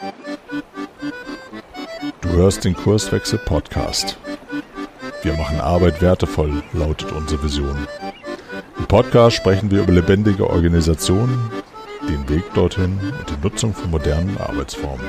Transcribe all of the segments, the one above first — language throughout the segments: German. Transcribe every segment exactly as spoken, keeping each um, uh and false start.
Du hörst den Kurswechsel-Podcast. Wir machen Arbeit wertevoll, lautet unsere Vision. Im Podcast sprechen wir über lebendige Organisationen, den Weg dorthin und die Nutzung von modernen Arbeitsformen.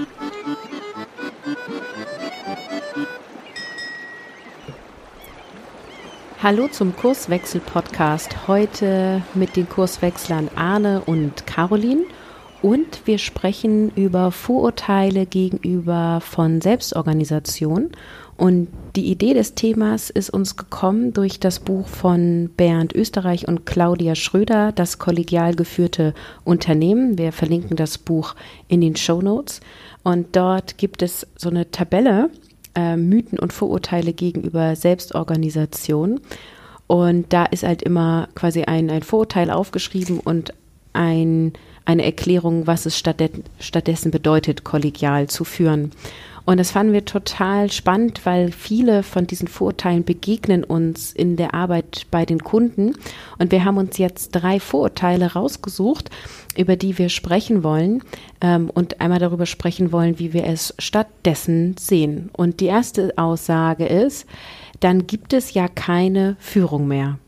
Hallo zum Kurswechsel-Podcast. Heute mit den Kurswechslern Arne und Caroline. Und wir sprechen über Vorurteile gegenüber von Selbstorganisation. Und die Idee des Themas ist uns gekommen durch das Buch von Bernd Österreich und Claudia Schröder, das kollegial geführte Unternehmen. Wir verlinken das Buch in den Shownotes. Und dort gibt es so eine Tabelle, äh, Mythen und Vorurteile gegenüber Selbstorganisation. Und da ist halt immer quasi ein, ein Vorurteil aufgeschrieben und ein eine Erklärung, was es stattdessen bedeutet, kollegial zu führen. Und das fanden wir total spannend, weil viele von diesen Vorurteilen begegnen uns in der Arbeit bei den Kunden. Und wir haben uns jetzt drei Vorurteile rausgesucht, über die wir sprechen wollen ähm, und einmal darüber sprechen wollen, wie wir es stattdessen sehen. Und die erste Aussage ist, dann gibt es ja keine Führung mehr.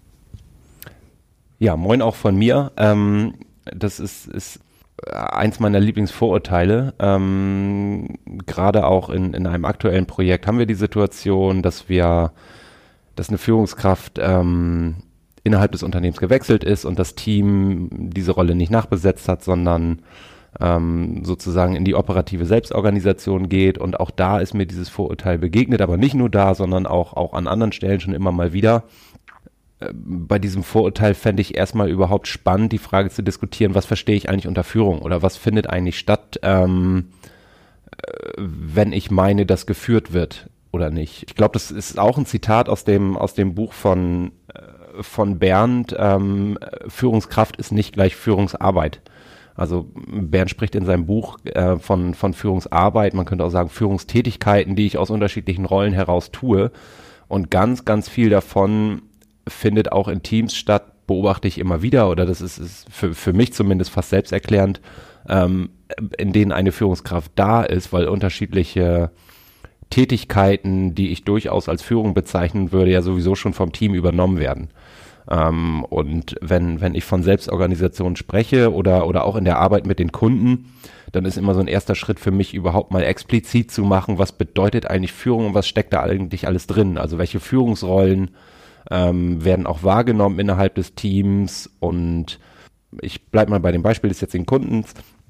Ja, moin auch von mir. Ähm Das ist, ist eins meiner Lieblingsvorurteile. Ähm, gerade auch in, in einem aktuellen Projekt haben wir die Situation, dass wir, dass eine Führungskraft ähm, innerhalb des Unternehmens gewechselt ist und das Team diese Rolle nicht nachbesetzt hat, sondern ähm, sozusagen in die operative Selbstorganisation geht. Und auch da ist mir dieses Vorurteil begegnet, aber nicht nur da, sondern auch, auch an anderen Stellen schon immer mal wieder. Bei diesem Vorurteil fände ich erstmal überhaupt spannend, die Frage zu diskutieren, was verstehe ich eigentlich unter Führung oder was findet eigentlich statt, ähm, wenn ich meine, dass geführt wird oder nicht. Ich glaube, das ist auch ein Zitat aus dem, aus dem Buch von, äh, von Bernd, ähm, Führungskraft ist nicht gleich Führungsarbeit. Also Bernd spricht in seinem Buch äh, von, von Führungsarbeit, man könnte auch sagen Führungstätigkeiten, die ich aus unterschiedlichen Rollen heraus tue, und ganz, ganz viel davon findet auch in Teams statt, beobachte ich immer wieder, oder das ist, ist für, für mich zumindest fast selbsterklärend, ähm, in denen eine Führungskraft da ist, weil unterschiedliche Tätigkeiten, die ich durchaus als Führung bezeichnen würde, ja sowieso schon vom Team übernommen werden. Ähm, und wenn, wenn ich von Selbstorganisation spreche oder, oder auch in der Arbeit mit den Kunden, dann ist immer so ein erster Schritt für mich überhaupt mal explizit zu machen, was bedeutet eigentlich Führung und was steckt da eigentlich alles drin? Also welche Führungsrollen Ähm, werden auch wahrgenommen innerhalb des Teams, und ich bleibe mal bei dem Beispiel des jetzigen Kundens.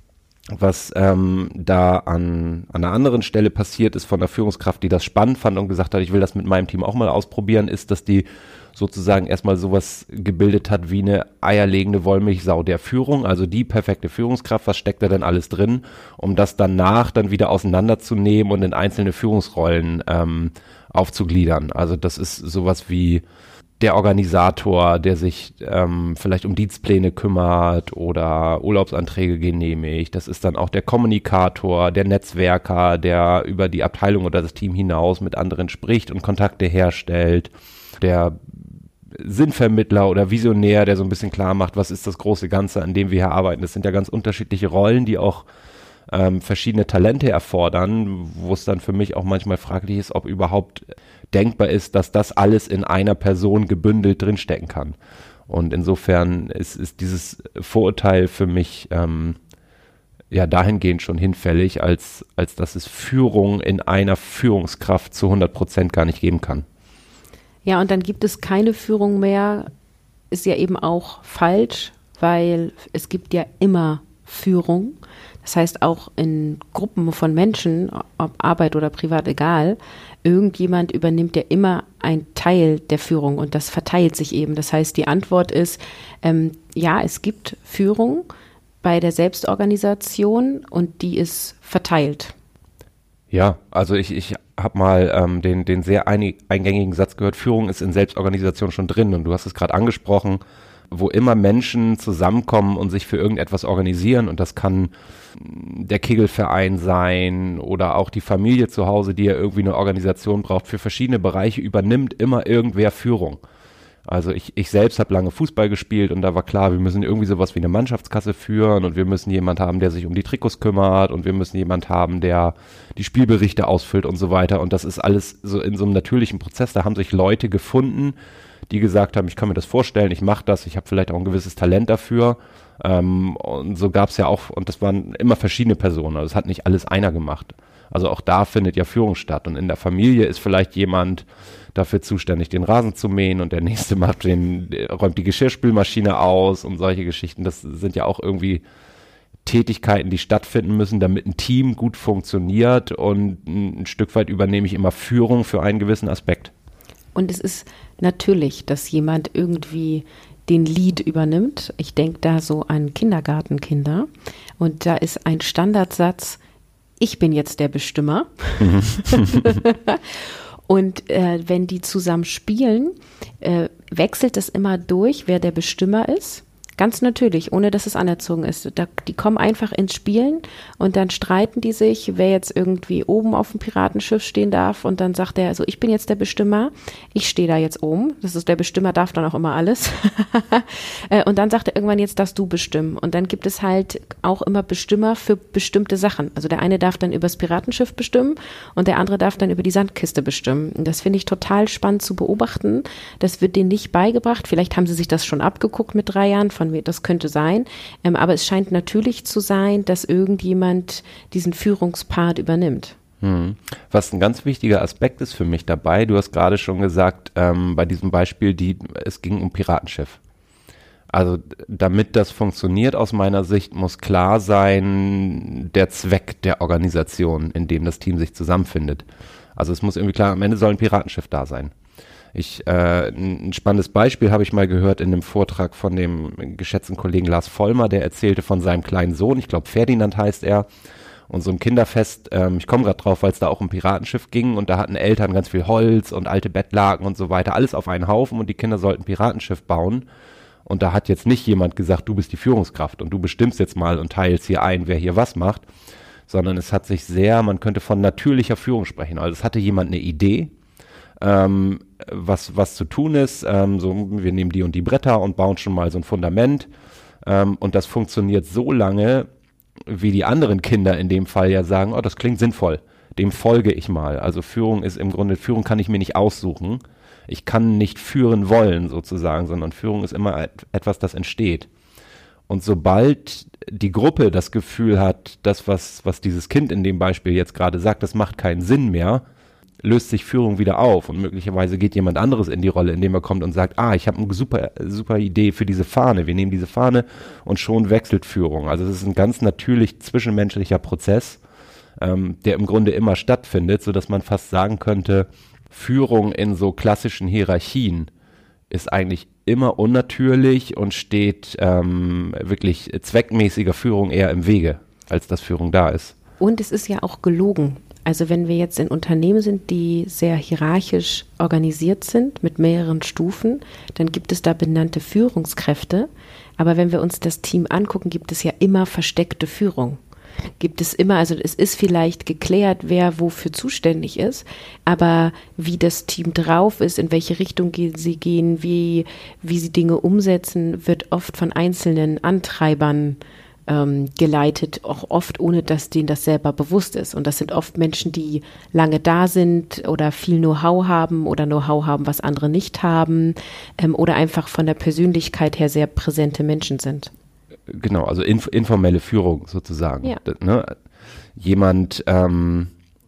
Was ähm, da an, an einer anderen Stelle passiert ist von der Führungskraft, die das spannend fand und gesagt hat, ich will das mit meinem Team auch mal ausprobieren, ist, dass die sozusagen erstmal sowas gebildet hat wie eine eierlegende Wollmilchsau der Führung, also die perfekte Führungskraft, was steckt da denn alles drin, um das danach dann wieder auseinanderzunehmen und in einzelne Führungsrollen ähm, aufzugliedern. Also das ist sowas wie der Organisator, der sich ähm, vielleicht um Dienstpläne kümmert oder Urlaubsanträge genehmigt. Das ist dann auch der Kommunikator, der Netzwerker, der über die Abteilung oder das Team hinaus mit anderen spricht und Kontakte herstellt. Der Sinnvermittler oder Visionär, der so ein bisschen klar macht, was ist das große Ganze, an dem wir hier arbeiten. Das sind ja ganz unterschiedliche Rollen, die auch ähm, verschiedene Talente erfordern, wo es dann für mich auch manchmal fraglich ist, ob überhaupt denkbar ist, dass das alles in einer Person gebündelt drinstecken kann. Und insofern ist, ist dieses Vorurteil für mich ähm, ja dahingehend schon hinfällig, als, als dass es Führung in einer Führungskraft zu hundert Prozent gar nicht geben kann. Ja, und dann gibt es keine Führung mehr, ist ja eben auch falsch, weil es gibt ja immer Führung. Das heißt, auch in Gruppen von Menschen, ob Arbeit oder privat, egal, irgendjemand übernimmt ja immer einen Teil der Führung und das verteilt sich eben. Das heißt, die Antwort ist, ähm, ja, es gibt Führung bei der Selbstorganisation und die ist verteilt. Ja, also ich, ich habe mal ähm, den, den sehr einig, eingängigen Satz gehört, Führung ist in Selbstorganisation schon drin, und du hast es gerade angesprochen, wo immer Menschen zusammenkommen und sich für irgendetwas organisieren, und das kann der Kegelverein sein oder auch die Familie zu Hause, die ja irgendwie eine Organisation braucht, für verschiedene Bereiche übernimmt immer irgendwer Führung. Also ich, ich selbst habe lange Fußball gespielt und da war klar, wir müssen irgendwie sowas wie eine Mannschaftskasse führen und wir müssen jemand haben, der sich um die Trikots kümmert und wir müssen jemand haben, der die Spielberichte ausfüllt und so weiter. Und das ist alles so in so einem natürlichen Prozess. Da haben sich Leute gefunden, die gesagt haben, ich kann mir das vorstellen, ich mache das, ich habe vielleicht auch ein gewisses Talent dafür. Ähm, und so gab es ja auch, und das waren immer verschiedene Personen, also es hat nicht alles einer gemacht. Also auch da findet ja Führung statt und in der Familie ist vielleicht jemand dafür zuständig, den Rasen zu mähen und der nächste macht den, räumt die Geschirrspülmaschine aus und solche Geschichten. Das sind ja auch irgendwie Tätigkeiten, die stattfinden müssen, damit ein Team gut funktioniert und ein Stück weit übernehme ich immer Führung für einen gewissen Aspekt. Und es ist natürlich, dass jemand irgendwie den Lead übernimmt. Ich denke da so an Kindergartenkinder und da ist ein Standardsatz, ich bin jetzt der Bestimmer. Mhm. Und äh, wenn die zusammen spielen, äh, wechselt es immer durch, wer der Bestimmer ist. Ganz natürlich, ohne dass es anerzogen ist. Da, die kommen einfach ins Spielen und dann streiten die sich, wer jetzt irgendwie oben auf dem Piratenschiff stehen darf und dann sagt er, also ich bin jetzt der Bestimmer, ich stehe da jetzt oben. Das ist der Bestimmer, darf dann auch immer alles. Und dann sagt er irgendwann, jetzt darfst du bestimmen. Und dann gibt es halt auch immer Bestimmer für bestimmte Sachen. Also der eine darf dann über das Piratenschiff bestimmen und der andere darf dann über die Sandkiste bestimmen. Und das finde ich total spannend zu beobachten. Das wird denen nicht beigebracht. Vielleicht haben sie sich das schon abgeguckt mit drei Jahren von mir, das könnte sein, ähm, aber es scheint natürlich zu sein, dass irgendjemand diesen Führungspart übernimmt. Hm. Was ein ganz wichtiger Aspekt ist für mich dabei, du hast gerade schon gesagt, ähm, bei diesem Beispiel, die, es ging um Piratenschiff. Also damit das funktioniert aus meiner Sicht, muss klar sein, der Zweck der Organisation, in dem das Team sich zusammenfindet. Also es muss irgendwie klar, am Ende soll ein Piratenschiff da sein. Ich, äh, ein spannendes Beispiel habe ich mal gehört in einem Vortrag von dem geschätzten Kollegen Lars Vollmer, der erzählte von seinem kleinen Sohn, ich glaube Ferdinand heißt er, und so ein Kinderfest, ähm, ich komme gerade drauf, weil es da auch um Piratenschiff ging und da hatten Eltern ganz viel Holz und alte Bettlaken und so weiter, alles auf einen Haufen und die Kinder sollten ein Piratenschiff bauen und da hat jetzt nicht jemand gesagt, du bist die Führungskraft und du bestimmst jetzt mal und teilst hier ein, wer hier was macht, sondern es hat sich sehr, man könnte von natürlicher Führung sprechen, also es hatte jemand eine Idee, Ähm, was, was zu tun ist, ähm, so, wir nehmen die und die Bretter und bauen schon mal so ein Fundament ähm, und das funktioniert so lange, wie die anderen Kinder in dem Fall ja sagen, oh, das klingt sinnvoll, dem folge ich mal. Also Führung ist im Grunde, Führung kann ich mir nicht aussuchen, ich kann nicht führen wollen sozusagen, sondern Führung ist immer et- etwas, das entsteht. Und sobald die Gruppe das Gefühl hat, das, was, was dieses Kind in dem Beispiel jetzt gerade sagt, das macht keinen Sinn mehr, löst sich Führung wieder auf und möglicherweise geht jemand anderes in die Rolle, indem er kommt und sagt, ah, ich habe eine super, super Idee für diese Fahne, wir nehmen diese Fahne und schon wechselt Führung. Also es ist ein ganz natürlich zwischenmenschlicher Prozess, ähm, der im Grunde immer stattfindet, sodass man fast sagen könnte, Führung in so klassischen Hierarchien ist eigentlich immer unnatürlich und steht ähm, wirklich zweckmäßiger Führung eher im Wege, als dass Führung da ist. Und es ist ja auch gelogen. Also wenn wir jetzt in Unternehmen sind, die sehr hierarchisch organisiert sind, mit mehreren Stufen, dann gibt es da benannte Führungskräfte. Aber wenn wir uns das Team angucken, gibt es ja immer versteckte Führung. Gibt es immer, also es ist vielleicht geklärt, wer wofür zuständig ist, aber wie das Team drauf ist, in welche Richtung sie gehen, wie, wie sie Dinge umsetzen, wird oft von einzelnen Antreibern Ähm, geleitet, auch oft ohne, dass denen das selber bewusst ist. Und das sind oft Menschen, die lange da sind oder viel Know-how haben oder Know-how haben, was andere nicht haben ähm, oder einfach von der Persönlichkeit her sehr präsente Menschen sind. Genau, also inf- informelle Führung sozusagen. Ja. Das, ne? Jemand, ähm,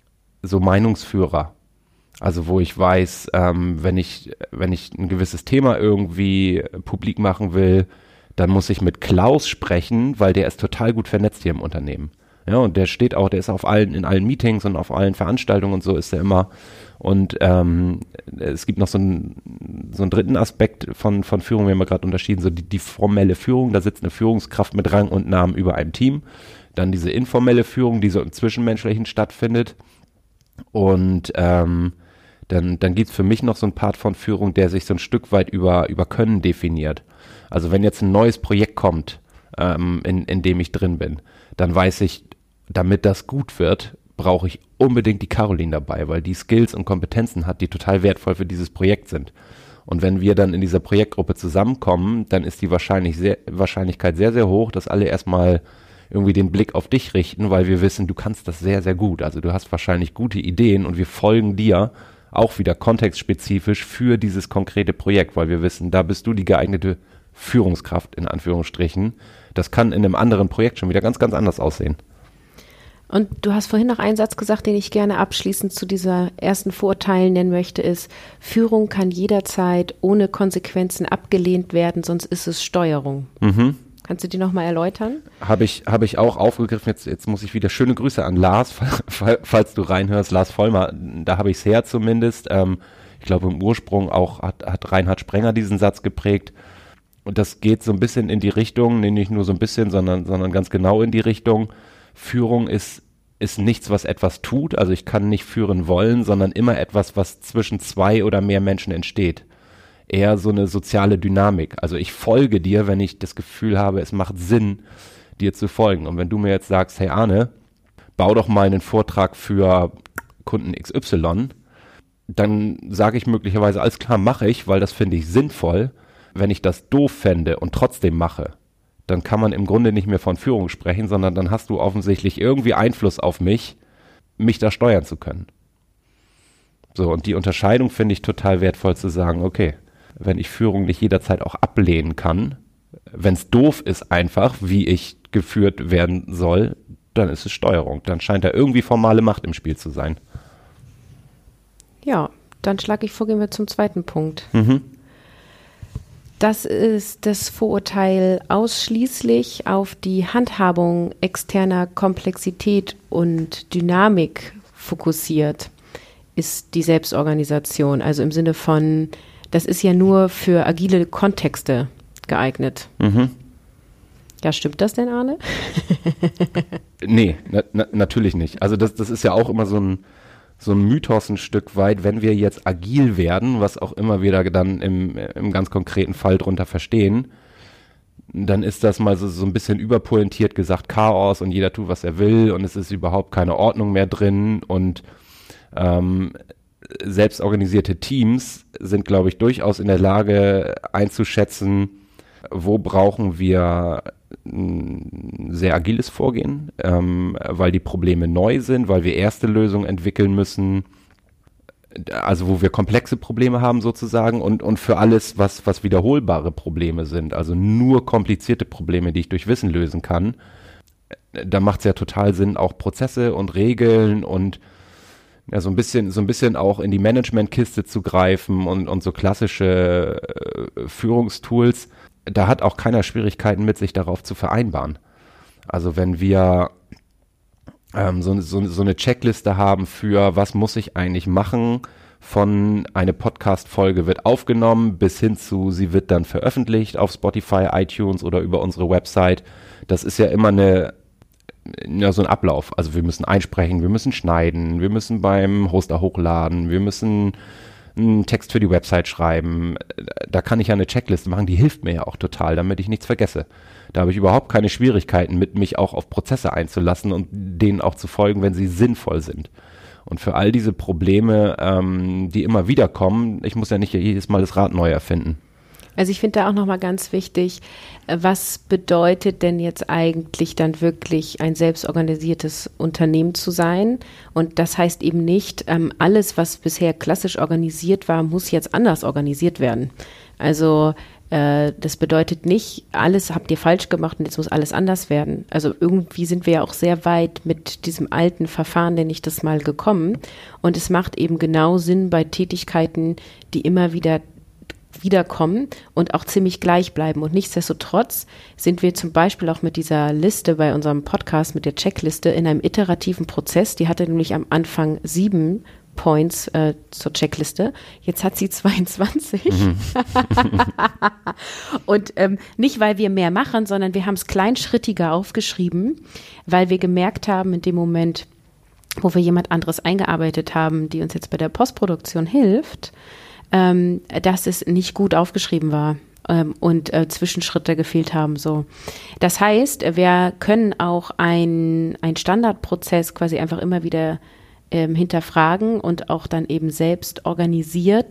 so Meinungsführer, also wo ich weiß, ähm, wenn ich, wenn ich ein gewisses Thema irgendwie publik machen will, dann muss ich mit Klaus sprechen, weil der ist total gut vernetzt hier im Unternehmen. Ja, und der steht auch, der ist auf allen, in allen Meetings und auf allen Veranstaltungen und so ist er immer. Und ähm, es gibt noch so einen, so einen dritten Aspekt von, von Führung, wir haben ja gerade unterschieden, so die, die formelle Führung, da sitzt eine Führungskraft mit Rang und Namen über einem Team. Dann diese informelle Führung, die so im Zwischenmenschlichen stattfindet. Und ähm, dann, dann gibt es für mich noch so einen Part von Führung, der sich so ein Stück weit über, über Können definiert. Also wenn jetzt ein neues Projekt kommt, ähm, in, in dem ich drin bin, dann weiß ich, damit das gut wird, brauche ich unbedingt die Caroline dabei, weil die Skills und Kompetenzen hat, die total wertvoll für dieses Projekt sind. Und wenn wir dann in dieser Projektgruppe zusammenkommen, dann ist die wahrscheinlich sehr, Wahrscheinlichkeit sehr, sehr hoch, dass alle erstmal irgendwie den Blick auf dich richten, weil wir wissen, du kannst das sehr, sehr gut. Also du hast wahrscheinlich gute Ideen und wir folgen dir auch wieder kontextspezifisch für dieses konkrete Projekt, weil wir wissen, da bist du die geeignete Führungskraft in Anführungsstrichen. Das kann in einem anderen Projekt schon wieder ganz, ganz anders aussehen. Und du hast vorhin noch einen Satz gesagt, den ich gerne abschließend zu dieser ersten Vorurteilen nennen möchte, ist, Führung kann jederzeit ohne Konsequenzen abgelehnt werden, sonst ist es Steuerung. Mhm. Kannst du die nochmal erläutern? Habe ich, habe ich auch aufgegriffen. Jetzt, jetzt muss ich wieder schöne Grüße an Lars, falls du reinhörst. Lars Vollmer, da habe ich es her zumindest. Ähm, ich glaube, im Ursprung auch hat, hat Reinhard Sprenger diesen Satz geprägt. Und das geht so ein bisschen in die Richtung, nee, nicht nur so ein bisschen, sondern, sondern ganz genau in die Richtung. Führung ist, ist nichts, was etwas tut. Also ich kann nicht führen wollen, sondern immer etwas, was zwischen zwei oder mehr Menschen entsteht. Eher so eine soziale Dynamik. Also ich folge dir, wenn ich das Gefühl habe, es macht Sinn, dir zu folgen. Und wenn du mir jetzt sagst, hey Arne, bau doch mal einen Vortrag für Kunden X Y, dann sage ich möglicherweise, alles klar, mache ich, weil das finde ich sinnvoll. Wenn ich das doof fände und trotzdem mache, dann kann man im Grunde nicht mehr von Führung sprechen, sondern dann hast du offensichtlich irgendwie Einfluss auf mich, mich da steuern zu können. So, und die Unterscheidung finde ich total wertvoll zu sagen, okay, wenn ich Führung nicht jederzeit auch ablehnen kann, wenn es doof ist einfach, wie ich geführt werden soll, dann ist es Steuerung. Dann scheint da irgendwie formale Macht im Spiel zu sein. Ja, dann schlage ich vor, gehen wir zum zweiten Punkt. Mhm. Das ist das Vorurteil ausschließlich auf die Handhabung externer Komplexität und Dynamik fokussiert, ist die Selbstorganisation. Also im Sinne von, das ist ja nur für agile Kontexte geeignet. Mhm. Ja, stimmt das denn, Arne? Nee, na, na, natürlich nicht. Also das, das ist ja auch immer so ein, so ein Mythos ein Stück weit, wenn wir jetzt agil werden, was auch immer wir da dann im, im ganz konkreten Fall drunter verstehen, dann ist das mal so, so ein bisschen überpointiert gesagt Chaos und jeder tut, was er will und es ist überhaupt keine Ordnung mehr drin und ähm, selbstorganisierte Teams sind, glaube ich, durchaus in der Lage einzuschätzen, wo brauchen wir ein sehr agiles Vorgehen, ähm, weil die Probleme neu sind, weil wir erste Lösungen entwickeln müssen, also wo wir komplexe Probleme haben sozusagen und, und für alles, was, was wiederholbare Probleme sind, also nur komplizierte Probleme, die ich durch Wissen lösen kann, da macht es ja total Sinn, auch Prozesse und Regeln und ja, so ein bisschen, so ein bisschen auch in die Managementkiste zu greifen und, und so klassische äh, Führungstools. Da hat auch keiner Schwierigkeiten mit, sich darauf zu vereinbaren. Also wenn wir ähm, so, so, so eine Checkliste haben für, was muss ich eigentlich machen, von eine Podcast-Folge wird aufgenommen bis hin zu, sie wird dann veröffentlicht auf Spotify, iTunes oder über unsere Website. Das ist ja immer eine ja, so ein Ablauf. Also wir müssen einsprechen, wir müssen schneiden, wir müssen beim Hoster hochladen, wir müssen einen Text für die Website schreiben. Da kann ich ja eine Checkliste machen, die hilft mir ja auch total, damit ich nichts vergesse. Da habe ich überhaupt keine Schwierigkeiten mit, mich auch auf Prozesse einzulassen und denen auch zu folgen, wenn sie sinnvoll sind. Und für all diese Probleme, ähm, die immer wieder kommen, ich muss ja nicht jedes Mal das Rad neu erfinden. Also ich finde da auch nochmal ganz wichtig, was bedeutet denn jetzt eigentlich dann wirklich ein selbstorganisiertes Unternehmen zu sein? Und das heißt eben nicht, ähm, alles, was bisher klassisch organisiert war, muss jetzt anders organisiert werden. Also äh, das bedeutet nicht, alles habt ihr falsch gemacht und jetzt muss alles anders werden. Also irgendwie sind wir ja auch sehr weit mit diesem alten Verfahren, nenne ich das mal, gekommen. Und es macht eben genau Sinn bei Tätigkeiten, die immer wieder wiederkommen und auch ziemlich gleich bleiben. Und nichtsdestotrotz sind wir zum Beispiel auch mit dieser Liste bei unserem Podcast, mit der Checkliste in einem iterativen Prozess. Die hatte nämlich am Anfang sieben Points äh, zur Checkliste. Jetzt hat sie zweiundzwanzig. Mhm. Und ähm, nicht, weil wir mehr machen, sondern wir haben es kleinschrittiger aufgeschrieben, weil wir gemerkt haben, in dem Moment, wo wir jemand anderes eingearbeitet haben, die uns jetzt bei der Postproduktion hilft, Ähm, dass es nicht gut aufgeschrieben war ähm, und äh, Zwischenschritte gefehlt haben. So. Das heißt, wir können auch ein, ein Standardprozess quasi einfach immer wieder ähm, hinterfragen und auch dann eben selbst organisiert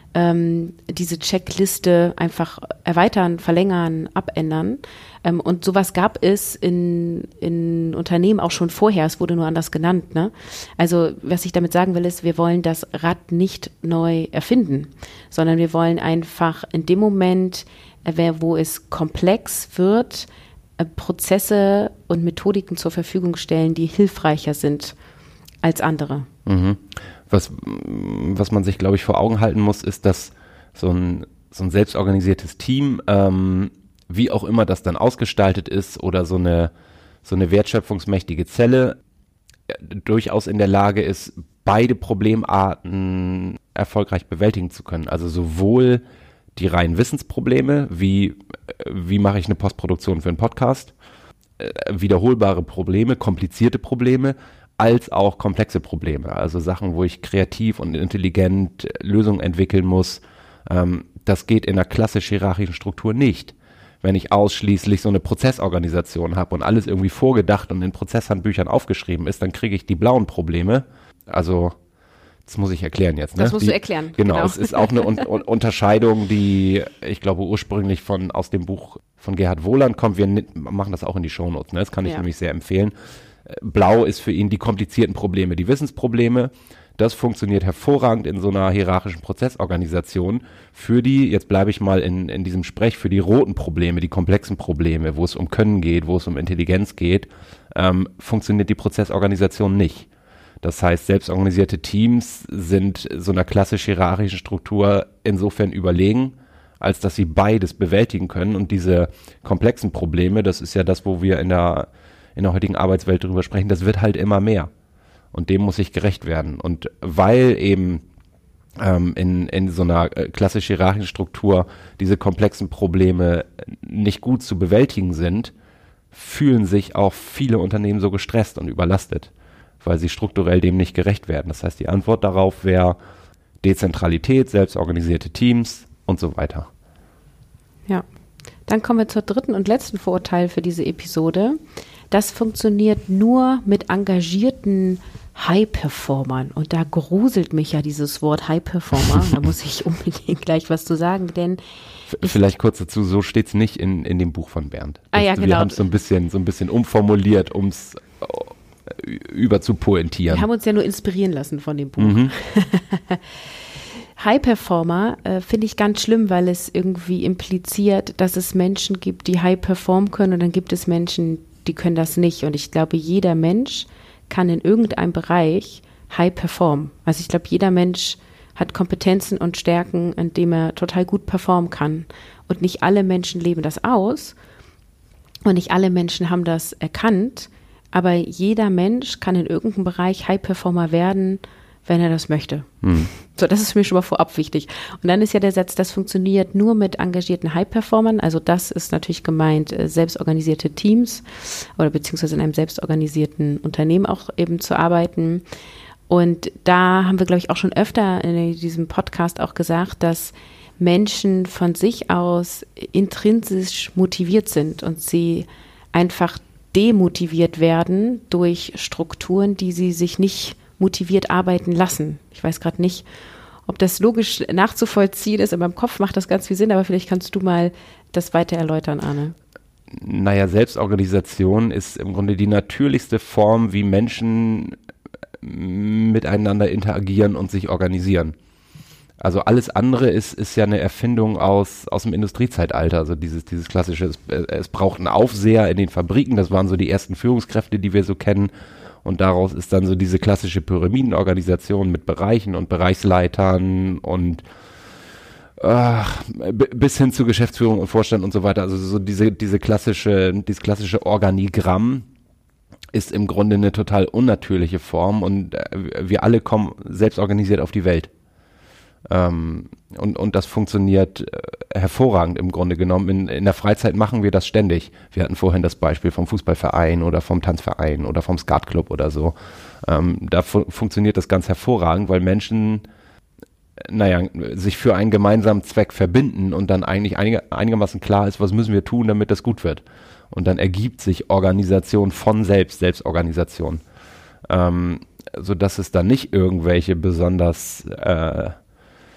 ähm, diese Checkliste einfach erweitern, verlängern, abändern. Ähm, und sowas gab es in, in Unternehmen auch schon vorher, es wurde nur anders genannt. Ne? Also was ich damit sagen will, ist, wir wollen das Rad nicht neu erfinden, sondern wir wollen einfach in dem Moment, äh, wo es komplex wird, äh, Prozesse und Methodiken zur Verfügung stellen, die hilfreicher sind als andere. Mhm. Was, was man sich, glaube ich, vor Augen halten muss, ist, dass so ein, so ein selbstorganisiertes Team, ähm, wie auch immer das dann ausgestaltet ist, oder so eine, so eine wertschöpfungsmächtige Zelle äh, durchaus in der Lage ist, beide Problemarten erfolgreich bewältigen zu können. Also sowohl die reinen Wissensprobleme, wie, wie mache ich eine Postproduktion für einen Podcast, äh, wiederholbare Probleme, komplizierte Probleme, als auch komplexe Probleme, also Sachen, wo ich kreativ und intelligent Lösungen entwickeln muss. Ähm, das geht in einer klassisch hierarchischen Struktur nicht. Wenn ich ausschließlich so eine Prozessorganisation habe und alles irgendwie vorgedacht und in Prozesshandbüchern aufgeschrieben ist, dann kriege ich die blauen Probleme. Also, das muss ich erklären jetzt. Ne? Das musst die, du erklären. Genau, genau. Es ist auch eine Un- Un- Unterscheidung, die, ich glaube, ursprünglich von aus dem Buch von Gerhard Wohland kommt. Wir machen das auch in die Shownotes, ne? Das kann ich ja. nämlich sehr empfehlen. Blau ist für ihn die komplizierten Probleme, die Wissensprobleme. Das funktioniert hervorragend in so einer hierarchischen Prozessorganisation. Für die, jetzt bleibe ich mal in, in diesem Sprech, für die roten Probleme, die komplexen Probleme, wo es um Können geht, wo es um Intelligenz geht, ähm, funktioniert die Prozessorganisation nicht. Das heißt, selbstorganisierte Teams sind so einer klassisch hierarchischen Struktur insofern überlegen, als dass sie beides bewältigen können. Und diese komplexen Probleme, das ist ja das, wo wir in der in der heutigen Arbeitswelt darüber sprechen, das wird halt immer mehr. Und dem muss ich gerecht werden. Und weil eben ähm, in, in so einer äh, klassisch hierarchischen Struktur diese komplexen Probleme nicht gut zu bewältigen sind, fühlen sich auch viele Unternehmen so gestresst und überlastet, weil sie strukturell dem nicht gerecht werden. Das heißt, die Antwort darauf wäre Dezentralität, selbstorganisierte Teams und so weiter. Ja, dann kommen wir zur dritten und letzten Vorurteil für diese Episode. Das funktioniert nur mit engagierten High-Performern. Und da gruselt mich ja dieses Wort High-Performer. Da muss ich unbedingt gleich was zu sagen, denn vielleicht kurz dazu, so steht es nicht in, in dem Buch von Bernd. Ah, ja, wir genau. haben es so ein bisschen, so ein bisschen umformuliert, um es über zu pointieren. Wir haben uns ja nur inspirieren lassen von dem Buch. Mhm. High-Performer äh, finde ich ganz schlimm, weil es irgendwie impliziert, dass es Menschen gibt, die high performen können, und dann gibt es Menschen, die können das nicht. Und ich glaube, jeder Mensch kann in irgendeinem Bereich high performen. Also ich glaube, jeder Mensch hat Kompetenzen und Stärken, in dem er total gut performen kann. Und nicht alle Menschen leben das aus und nicht alle Menschen haben das erkannt. Aber jeder Mensch kann in irgendeinem Bereich High Performer werden, wenn er das möchte. Hm. So, das ist für mich schon mal vorab wichtig. Und dann ist ja der Satz, das funktioniert nur mit engagierten High-Performern. Also das ist natürlich gemeint, selbstorganisierte Teams oder beziehungsweise in einem selbstorganisierten Unternehmen auch eben zu arbeiten. Und da haben wir, glaube ich, auch schon öfter in diesem Podcast auch gesagt, dass Menschen von sich aus intrinsisch motiviert sind und sie einfach demotiviert werden durch Strukturen, die sie sich nicht motiviert arbeiten lassen. Ich weiß gerade nicht, ob das logisch nachzuvollziehen ist. In meinem Kopf macht das ganz viel Sinn, aber vielleicht kannst du mal das weiter erläutern, Arne. Naja, Selbstorganisation ist im Grunde die natürlichste Form, wie Menschen miteinander interagieren und sich organisieren. Also alles andere ist, ist ja eine Erfindung aus, aus dem Industriezeitalter. Also dieses, dieses klassische, es, es braucht einen Aufseher in den Fabriken, das waren so die ersten Führungskräfte, die wir so kennen. Und daraus ist dann so diese klassische Pyramidenorganisation mit Bereichen und Bereichsleitern und äh, b- bis hin zu Geschäftsführung und Vorstand und so weiter. Also so diese, diese klassische, dieses klassische Organigramm ist im Grunde eine total unnatürliche Form, und äh, wir alle kommen selbst organisiert auf die Welt. Ähm, und, und das funktioniert äh, hervorragend im Grunde genommen. In, in der Freizeit machen wir das ständig. Wir hatten vorhin das Beispiel vom Fußballverein oder vom Tanzverein oder vom Skatclub oder so. Ähm, da fu- funktioniert das ganz hervorragend, weil Menschen, naja, sich für einen gemeinsamen Zweck verbinden und dann eigentlich einig, einigermaßen klar ist, was müssen wir tun, damit das gut wird. Und dann ergibt sich Organisation von selbst, Selbstorganisation. Ähm, sodass es dann nicht irgendwelche besonders äh,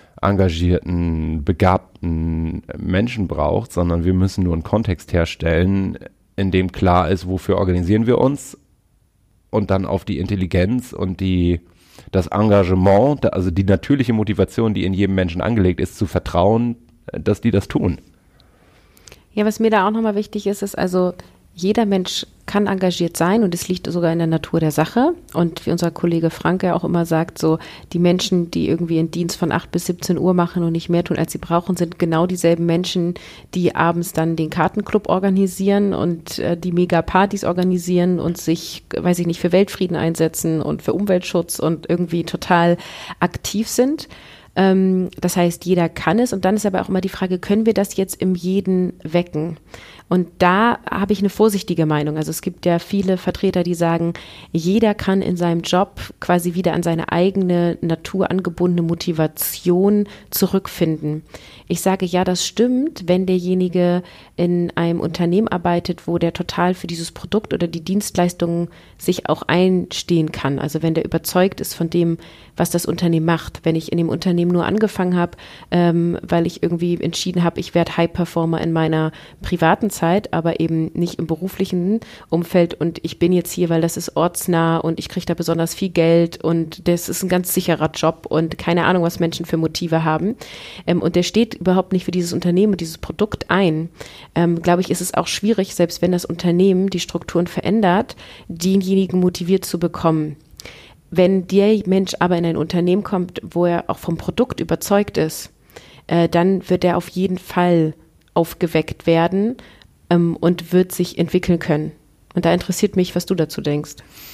engagierten, begabten Menschen braucht, sondern wir müssen nur einen Kontext herstellen, in dem klar ist, wofür organisieren wir uns und dann auf die Intelligenz und die, das Engagement, also die natürliche Motivation, die in jedem Menschen angelegt ist, zu vertrauen, dass die das tun. Ja, was mir da auch nochmal wichtig ist, ist also, jeder Mensch kann engagiert sein und es liegt sogar in der Natur der Sache. Und wie unser Kollege Franke auch immer sagt, so die Menschen, die irgendwie einen Dienst von acht bis siebzehn Uhr machen und nicht mehr tun, als sie brauchen, sind genau dieselben Menschen, die abends dann den Kartenclub organisieren und äh, die Mega-Partys organisieren und sich, weiß ich nicht, für Weltfrieden einsetzen und für Umweltschutz und irgendwie total aktiv sind. Ähm, das heißt, jeder kann es. Und dann ist aber auch immer die Frage, können wir das jetzt im Jeden wecken? Und da habe ich eine vorsichtige Meinung. Also es gibt ja viele Vertreter, die sagen, jeder kann in seinem Job quasi wieder an seine eigene naturangebundene Motivation zurückfinden. Ich sage, ja, das stimmt, wenn derjenige in einem Unternehmen arbeitet, wo der total für dieses Produkt oder die Dienstleistungen sich auch einstehen kann. Also wenn der überzeugt ist von dem, was das Unternehmen macht. Wenn ich in dem Unternehmen nur angefangen habe, ähm, weil ich irgendwie entschieden habe, ich werde High-Performer in meiner privaten Zeit, aber eben nicht im beruflichen Umfeld und ich bin jetzt hier, weil das ist ortsnah und ich kriege da besonders viel Geld und das ist ein ganz sicherer Job und keine Ahnung, was Menschen für Motive haben. Ähm, und der steht überhaupt nicht für dieses Unternehmen und dieses Produkt ein. Ähm, glaube ich, ist es auch schwierig, selbst wenn das Unternehmen die Strukturen verändert, denjenigen motiviert zu bekommen. Wenn der Mensch aber in ein Unternehmen kommt, wo er auch vom Produkt überzeugt ist, äh, dann wird er auf jeden Fall aufgeweckt werden ähm, und wird sich entwickeln können. Und da interessiert mich, was du dazu denkst.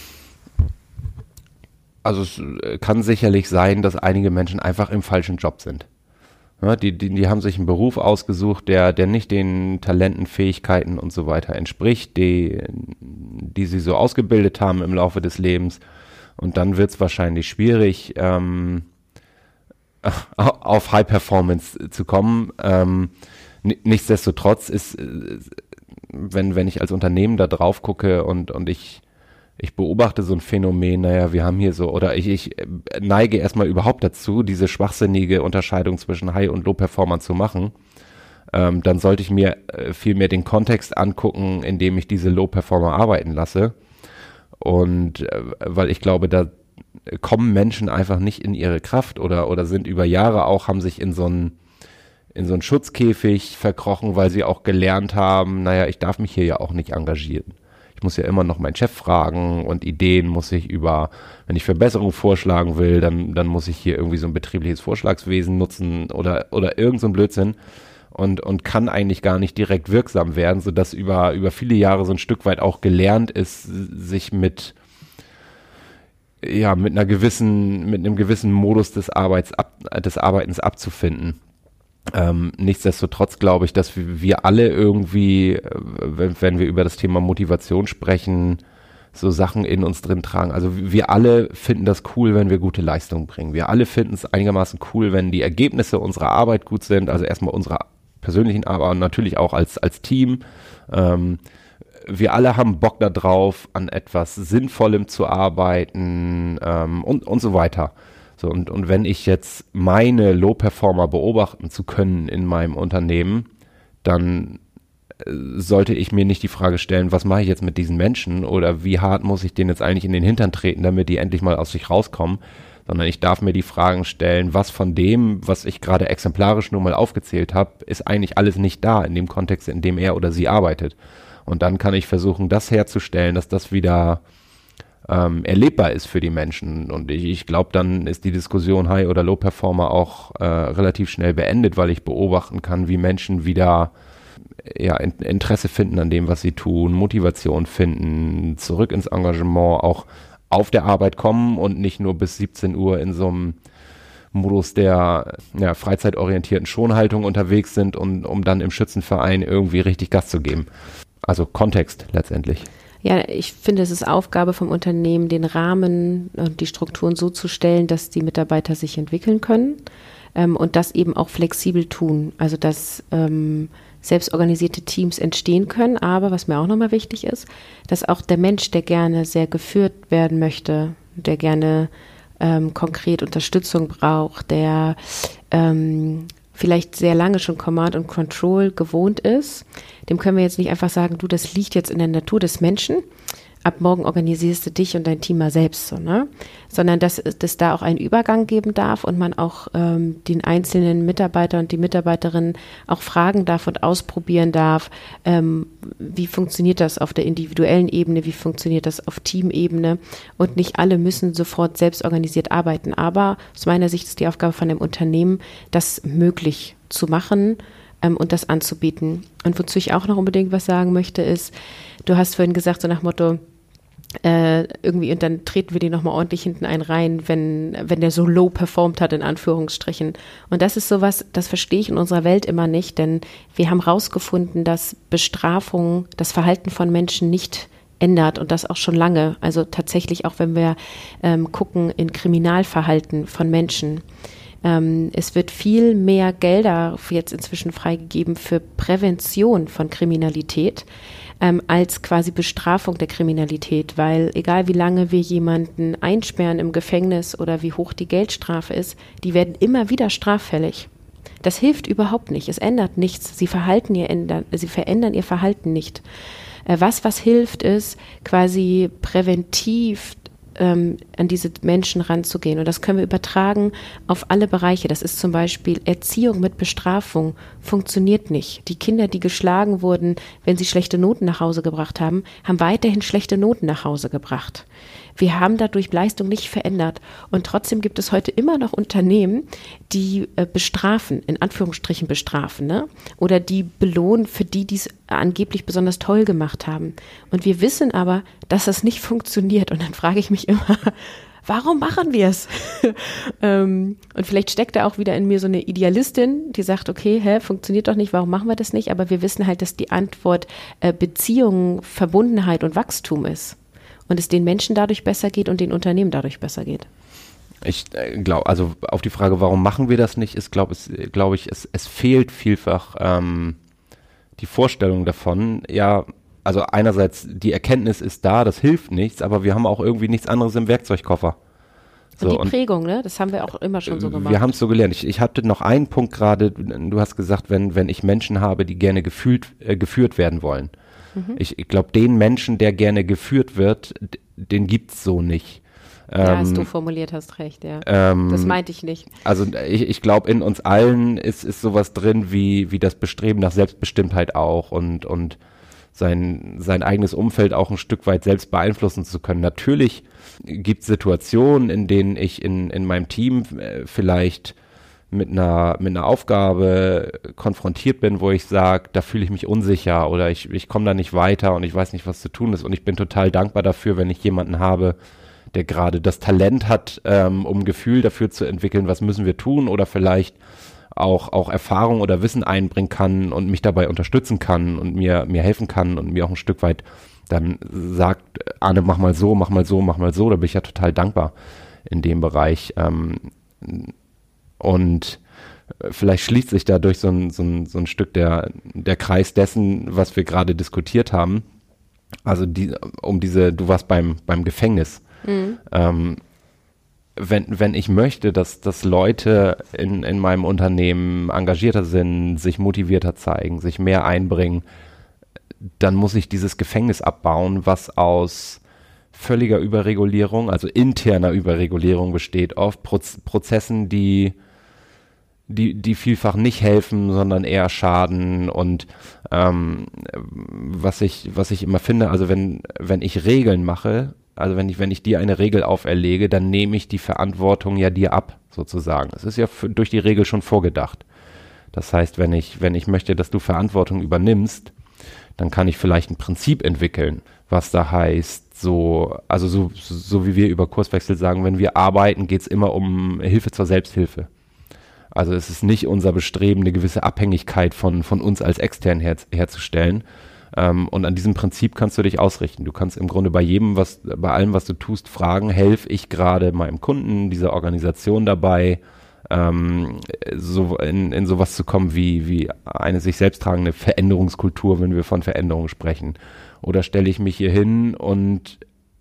Also es kann sicherlich sein, dass einige Menschen einfach im falschen Job sind. Ja, die, die, die haben sich einen Beruf ausgesucht, der, der nicht den Talenten, Fähigkeiten und so weiter entspricht, die, die sie so ausgebildet haben im Laufe des Lebens. Und dann wird es wahrscheinlich schwierig, ähm, auf High Performance zu kommen. Ähm, nichtsdestotrotz ist, wenn, wenn ich als Unternehmen da drauf gucke und, und ich, ich beobachte so ein Phänomen, naja, wir haben hier so, oder ich, ich neige erstmal überhaupt dazu, diese schwachsinnige Unterscheidung zwischen High- und Low-Performern zu machen, ähm, dann sollte ich mir äh, vielmehr den Kontext angucken, in dem ich diese Low-Performer arbeiten lasse. Und äh, weil ich glaube, da kommen Menschen einfach nicht in ihre Kraft oder, oder sind über Jahre auch, haben sich in so einen in so einen Schutzkäfig verkrochen, weil sie auch gelernt haben, naja, ich darf mich hier ja auch nicht engagieren. Ich muss ja immer noch meinen Chef fragen und Ideen muss ich über, wenn ich Verbesserungen vorschlagen will, dann, dann muss ich hier irgendwie so ein betriebliches Vorschlagswesen nutzen oder, oder irgend so ein Blödsinn und, und kann eigentlich gar nicht direkt wirksam werden, sodass über, über viele Jahre so ein Stück weit auch gelernt ist, sich mit, ja, mit einer gewissen, mit einem gewissen Modus des Arbeits ab, des Arbeitens abzufinden. Ähm, nichtsdestotrotz glaube ich, dass wir, wir alle irgendwie, äh, wenn, wenn wir über das Thema Motivation sprechen, so Sachen in uns drin tragen. Also wir alle finden das cool, wenn wir gute Leistung bringen. Wir alle finden es einigermaßen cool, wenn die Ergebnisse unserer Arbeit gut sind, also erstmal unserer persönlichen Arbeit und natürlich auch als, als Team. Ähm, wir alle haben Bock da drauf, an etwas Sinnvollem zu arbeiten ähm, und, und so weiter. So, und, und wenn ich jetzt meine Low-Performer beobachten zu können in meinem Unternehmen, dann äh, sollte ich mir nicht die Frage stellen, was mache ich jetzt mit diesen Menschen oder wie hart muss ich denen jetzt eigentlich in den Hintern treten, damit die endlich mal aus sich rauskommen, sondern ich darf mir die Fragen stellen, was von dem, was ich gerade exemplarisch nur mal aufgezählt habe, ist eigentlich alles nicht da in dem Kontext, in dem er oder sie arbeitet. Und dann kann ich versuchen, das herzustellen, dass das wieder Ähm, erlebbar ist für die Menschen. Und ich, ich glaube, dann ist die Diskussion High- oder Low-Performer auch äh, relativ schnell beendet, weil ich beobachten kann, wie Menschen wieder ja, in, Interesse finden an dem, was sie tun, Motivation finden, zurück ins Engagement, auch auf der Arbeit kommen und nicht nur bis siebzehn Uhr in so einem Modus der ja, freizeitorientierten Schonhaltung unterwegs sind, und, um dann im Schützenverein irgendwie richtig Gas zu geben. Also Kontext letztendlich. Ja, ich finde, es ist Aufgabe vom Unternehmen, den Rahmen und die Strukturen so zu stellen, dass die Mitarbeiter sich entwickeln können ähm, und das eben auch flexibel tun. Also, dass ähm, selbstorganisierte Teams entstehen können. Aber was mir auch nochmal wichtig ist, dass auch der Mensch, der gerne sehr geführt werden möchte, der gerne ähm, konkret Unterstützung braucht, der ähm, vielleicht sehr lange schon Command and Control gewohnt ist, dem können wir jetzt nicht einfach sagen, du, das liegt jetzt in der Natur des Menschen, ab morgen organisierst du dich und dein Team mal selbst so, ne? Sondern dass es da auch einen Übergang geben darf und man auch ähm, den einzelnen Mitarbeiter und die Mitarbeiterin auch fragen darf und ausprobieren darf, ähm, wie funktioniert das auf der individuellen Ebene, wie funktioniert das auf Teamebene, und nicht alle müssen sofort selbst organisiert arbeiten. Aber aus meiner Sicht ist die Aufgabe von dem Unternehmen, das möglich zu machen ähm, und das anzubieten. Und wozu ich auch noch unbedingt was sagen möchte, ist, du hast vorhin gesagt, so nach Motto, Äh, irgendwie, und dann treten wir den nochmal ordentlich hinten einen rein, wenn, wenn der so low performt hat, in Anführungsstrichen. Und das ist sowas, das verstehe ich in unserer Welt immer nicht, denn wir haben rausgefunden, dass Bestrafung das Verhalten von Menschen nicht ändert, und das auch schon lange. Also tatsächlich auch, wenn wir ähm, gucken in Kriminalverhalten von Menschen. Ähm, es wird viel mehr Gelder jetzt inzwischen freigegeben für Prävention von Kriminalität, Ähm, als quasi Bestrafung der Kriminalität, weil egal wie lange wir jemanden einsperren im Gefängnis oder wie hoch die Geldstrafe ist, die werden immer wieder straffällig. Das hilft überhaupt nicht, es ändert nichts, sie, verhalten ihr ändern, sie verändern ihr Verhalten nicht. Äh, was, was hilft, ist quasi präventiv ähm, an diese Menschen ranzugehen, und das können wir übertragen auf alle Bereiche. Das ist zum Beispiel Erziehung mit Bestrafung, funktioniert nicht. Die Kinder, die geschlagen wurden, wenn sie schlechte Noten nach Hause gebracht haben, haben weiterhin schlechte Noten nach Hause gebracht. Wir haben dadurch Leistung nicht verändert, und trotzdem gibt es heute immer noch Unternehmen, die äh, bestrafen, in Anführungsstrichen bestrafen, ne? Oder die belohnen für die, die es angeblich besonders toll gemacht haben. Und wir wissen aber, dass das nicht funktioniert, und dann frage ich mich immer, warum machen wir es? ähm, und vielleicht steckt da auch wieder in mir so eine Idealistin, die sagt, okay, hä, funktioniert doch nicht, warum machen wir das nicht? Aber wir wissen halt, dass die Antwort äh, Beziehung, Verbundenheit und Wachstum ist. Und es den Menschen dadurch besser geht und den Unternehmen dadurch besser geht. Ich äh, glaube, also auf die Frage, warum machen wir das nicht, ist, glaube glaub ich, es, es fehlt vielfach ähm, die Vorstellung davon, ja, also einerseits die Erkenntnis ist da, das hilft nichts, aber wir haben auch irgendwie nichts anderes im Werkzeugkoffer. So, und die und Prägung, ne? Das haben wir auch immer schon so gemacht. Wir haben es so gelernt. Ich, ich hatte noch einen Punkt gerade, du hast gesagt, wenn, wenn ich Menschen habe, die gerne gefühlt, äh, geführt werden wollen. Ich, ich glaube, den Menschen, der gerne geführt wird, den gibt's so nicht. Ja, ähm, hast du formuliert, hast recht, ja. Ähm, das meinte ich nicht. Also ich, ich glaube, in uns allen ist, ist sowas drin wie, wie das Bestreben nach Selbstbestimmtheit auch, und, und sein, sein eigenes Umfeld auch ein Stück weit selbst beeinflussen zu können. Natürlich gibt es Situationen, in denen ich in, in meinem Team äh, vielleicht mit einer mit einer Aufgabe konfrontiert bin, wo ich sage, da fühle ich mich unsicher oder ich, ich komme da nicht weiter und ich weiß nicht, was zu tun ist, und ich bin total dankbar dafür, wenn ich jemanden habe, der gerade das Talent hat, ähm, um ein Gefühl dafür zu entwickeln, was müssen wir tun, oder vielleicht auch auch Erfahrung oder Wissen einbringen kann und mich dabei unterstützen kann und mir mir helfen kann und mir auch ein Stück weit dann sagt, Arne, mach mal so, mach mal so, mach mal so, da bin ich ja total dankbar in dem Bereich. Ähm, Und vielleicht schließt sich dadurch so ein, so ein, so ein Stück der, der Kreis dessen, was wir gerade diskutiert haben. Also die, um diese, du warst beim, beim Gefängnis. Mhm. Ähm, wenn, wenn ich möchte, dass, dass Leute in, in meinem Unternehmen engagierter sind, sich motivierter zeigen, sich mehr einbringen, dann muss ich dieses Gefängnis abbauen, was aus völliger Überregulierung, also interner Überregulierung besteht, oft Proz- Prozessen, die die die vielfach nicht helfen, sondern eher schaden. Und ähm, was ich was ich immer finde, also wenn wenn ich Regeln mache, also wenn ich wenn ich dir eine Regel auferlege, dann nehme ich die Verantwortung ja dir ab, sozusagen. Es ist ja für, durch die Regel schon vorgedacht. Das heißt, wenn ich wenn ich möchte, dass du Verantwortung übernimmst, dann kann ich vielleicht ein Prinzip entwickeln, was da heißt, so also so so wie wir über Kurswechsel sagen, wenn wir arbeiten, geht es immer um Hilfe zur Selbsthilfe. Also es ist nicht unser Bestreben, eine gewisse Abhängigkeit von, von uns als extern her, herzustellen. Ähm, und an diesem Prinzip kannst du dich ausrichten. Du kannst im Grunde bei jedem, was, bei allem, was du tust, fragen, helfe ich gerade meinem Kunden, dieser Organisation dabei, ähm, so in, in sowas zu kommen wie, wie eine sich selbst tragende Veränderungskultur, wenn wir von Veränderung sprechen. Oder stelle ich mich hier hin und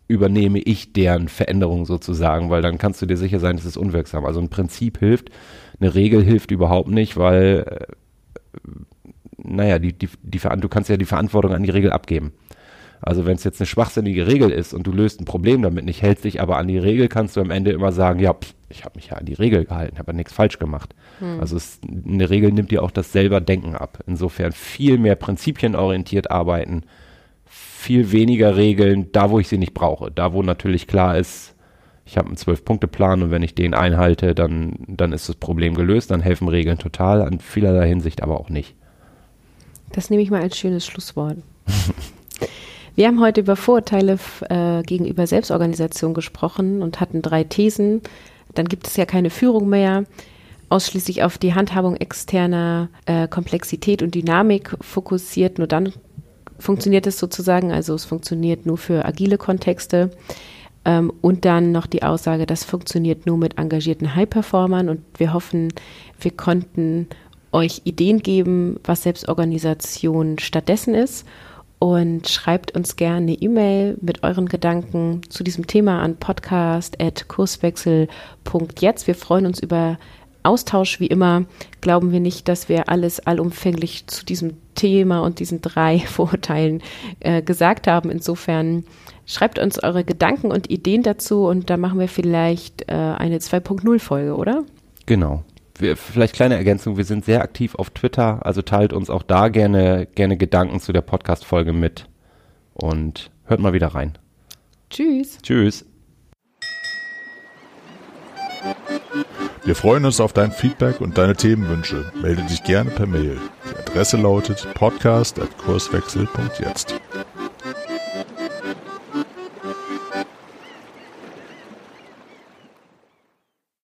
übernehme ich deren Veränderung sozusagen, weil dann kannst du dir sicher sein, es ist unwirksam. Also ein Prinzip hilft, eine Regel hilft überhaupt nicht, weil, äh, naja, die, die, die, du kannst ja die Verantwortung an die Regel abgeben. Also wenn es jetzt eine schwachsinnige Regel ist und du löst ein Problem damit nicht, hältst dich aber an die Regel, kannst du am Ende immer sagen, ja, pff, ich habe mich ja an die Regel gehalten, habe ja nichts falsch gemacht. Hm. Also es, eine Regel nimmt dir auch das selber Denken ab. Insofern viel mehr prinzipienorientiert arbeiten, viel weniger Regeln, da wo ich sie nicht brauche. Da wo natürlich klar ist, ich habe einen zwölf-Punkte-Plan und wenn ich den einhalte, dann, dann ist das Problem gelöst, dann helfen Regeln total, an vielerlei Hinsicht aber auch nicht. Das nehme ich mal als schönes Schlusswort. Wir haben heute über Vorurteile äh, gegenüber Selbstorganisation gesprochen und hatten drei Thesen. Dann gibt es ja keine Führung mehr, ausschließlich auf die Handhabung externer äh, Komplexität und Dynamik fokussiert. Nur dann funktioniert es sozusagen, also es funktioniert nur für agile Kontexte. Ähm, und dann noch die Aussage, das funktioniert nur mit engagierten High-Performern. Und wir hoffen, wir konnten euch Ideen geben, was Selbstorganisation stattdessen ist. Und schreibt uns gerne eine E-Mail mit euren Gedanken zu diesem Thema an podcast at kurswechsel punkt jetzt. Wir freuen uns über Austausch. Wie immer glauben wir nicht, dass wir alles allumfänglich zu diesem Thema und diesen drei Vorurteilen äh, gesagt haben. Insofern schreibt uns eure Gedanken und Ideen dazu und dann machen wir vielleicht äh, eine zwei Punkt null Folge, oder? Genau. Wir, vielleicht kleine Ergänzung, wir sind sehr aktiv auf Twitter, also teilt uns auch da gerne, gerne Gedanken zu der Podcast-Folge mit und hört mal wieder rein. Tschüss. Tschüss. Wir freuen uns auf dein Feedback und deine Themenwünsche. Melde dich gerne per Mail. Die Adresse lautet podcast at kurswechsel punkt jetzt.